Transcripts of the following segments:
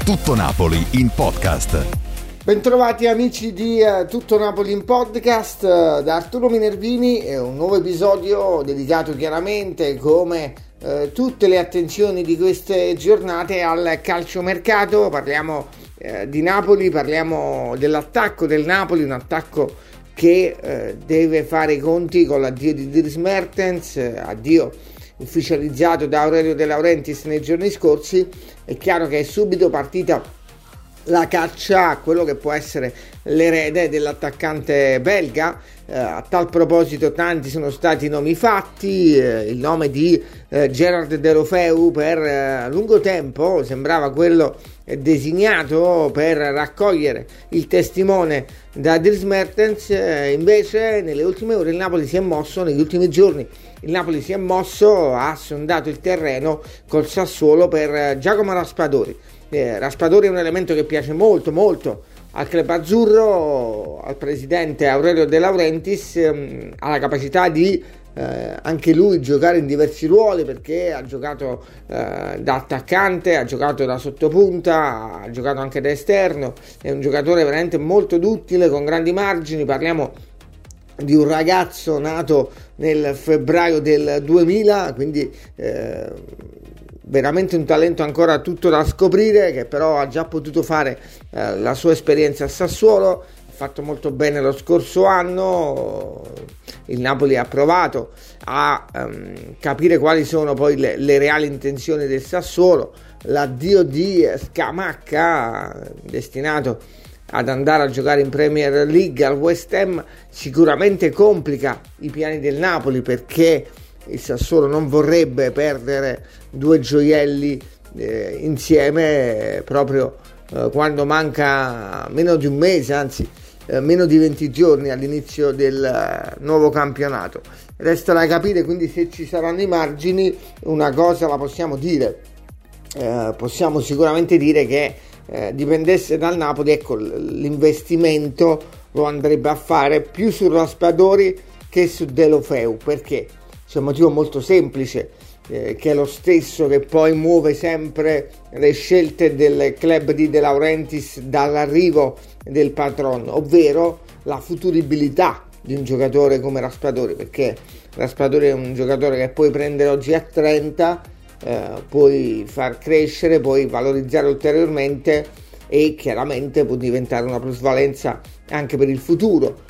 Tutto Napoli in podcast. Bentrovati amici di Tutto Napoli in podcast da Arturo Minervini. È un nuovo episodio dedicato chiaramente, come tutte le attenzioni di queste giornate, al calciomercato. Parliamo di Napoli, parliamo dell'attacco del Napoli, un attacco che deve fare i conti con l'addio di Dries Mertens, addio ufficializzato da Aurelio De Laurentiis nei giorni scorsi. È chiaro che è subito partita la caccia a quello che può essere l'erede dell'attaccante belga. A tal proposito tanti sono stati i nomi fatti. Il nome di Gerard Deulofeu per lungo tempo sembrava quello designato per raccogliere il testimone da Dries Mertens. Invece nelle ultime ore il Napoli si è mosso, negli ultimi giorni il Napoli si è mosso, ha sondato il terreno col Sassuolo per Giacomo Raspadori. Raspadori è un elemento che piace molto al club azzurro, al presidente Aurelio De Laurentiis. Ha la capacità di anche lui giocare in diversi ruoli, perché ha giocato da attaccante, ha giocato da sottopunta, ha giocato anche da esterno. È un giocatore veramente molto duttile, con grandi margini. Parliamo di un ragazzo nato nel febbraio del 2000, quindi veramente un talento ancora tutto da scoprire, che però ha già potuto fare la sua esperienza a Sassuolo. Ha fatto molto bene lo scorso anno. Il Napoli ha provato a capire quali sono poi le reali intenzioni del Sassuolo. L'addio di Scamacca, destinato ad andare a giocare in Premier League al West Ham, sicuramente complica i piani del Napoli, perché il Sassuolo non vorrebbe perdere due gioielli insieme proprio quando manca meno di un mese, anzi meno di 20 giorni all'inizio del nuovo campionato. Resta da capire quindi se ci saranno i margini. Una cosa la possiamo dire, possiamo sicuramente dire che dipendesse dal Napoli, ecco, l'investimento lo andrebbe a fare più su Raspadori che su Deulofeu. Perché? C'è un motivo molto semplice, che è lo stesso che poi muove sempre le scelte del club di De Laurentiis dall'arrivo del patron, ovvero la futuribilità di un giocatore come Raspadori. Perché Raspadori è un giocatore che puoi prendere oggi a 30, puoi far crescere, puoi valorizzare ulteriormente, e chiaramente può diventare una plusvalenza anche per il futuro.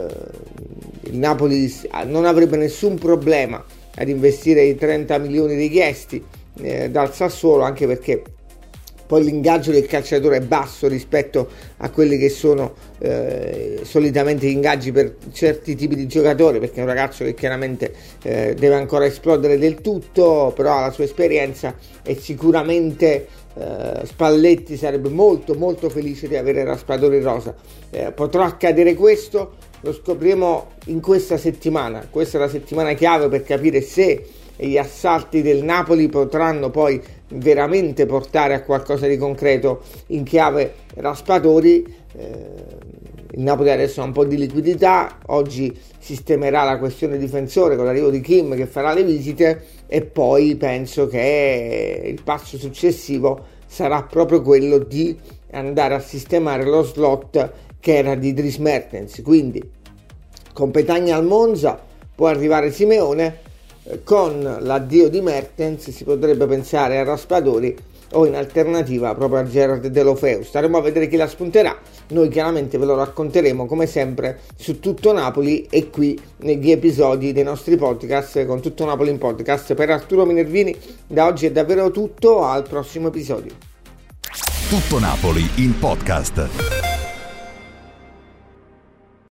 Il Napoli non avrebbe nessun problema ad investire i 30 milioni richiesti dal Sassuolo, anche perché poi l'ingaggio del calciatore è basso rispetto a quelli che sono solitamente gli ingaggi per certi tipi di giocatori, perché è un ragazzo che chiaramente deve ancora esplodere del tutto, però ha la sua esperienza, e sicuramente Spalletti sarebbe molto felice di avere Raspadori in rosa. Potrà accadere questo? Lo scopriremo in questa settimana. Questa è la settimana chiave per capire se gli assalti del Napoli potranno poi veramente portare a qualcosa di concreto in chiave Raspadori. Il Napoli adesso ha un po' di liquidità, oggi sistemerà la questione difensore con l'arrivo di Kim, che farà le visite, e poi penso che il passo successivo sarà proprio quello di andare a sistemare lo slot che era di Dries Mertens. Quindi con Petagna al Monza può arrivare Simeone, con l'addio di Mertens si potrebbe pensare a Raspadori, o in alternativa proprio a Gerard Deulofeu. Staremo a vedere chi la spunterà. Noi chiaramente ve lo racconteremo come sempre su Tutto Napoli e qui negli episodi dei nostri podcast con Tutto Napoli in podcast. Per Arturo Minervini da oggi è davvero tutto, al prossimo episodio. Tutto Napoli in podcast.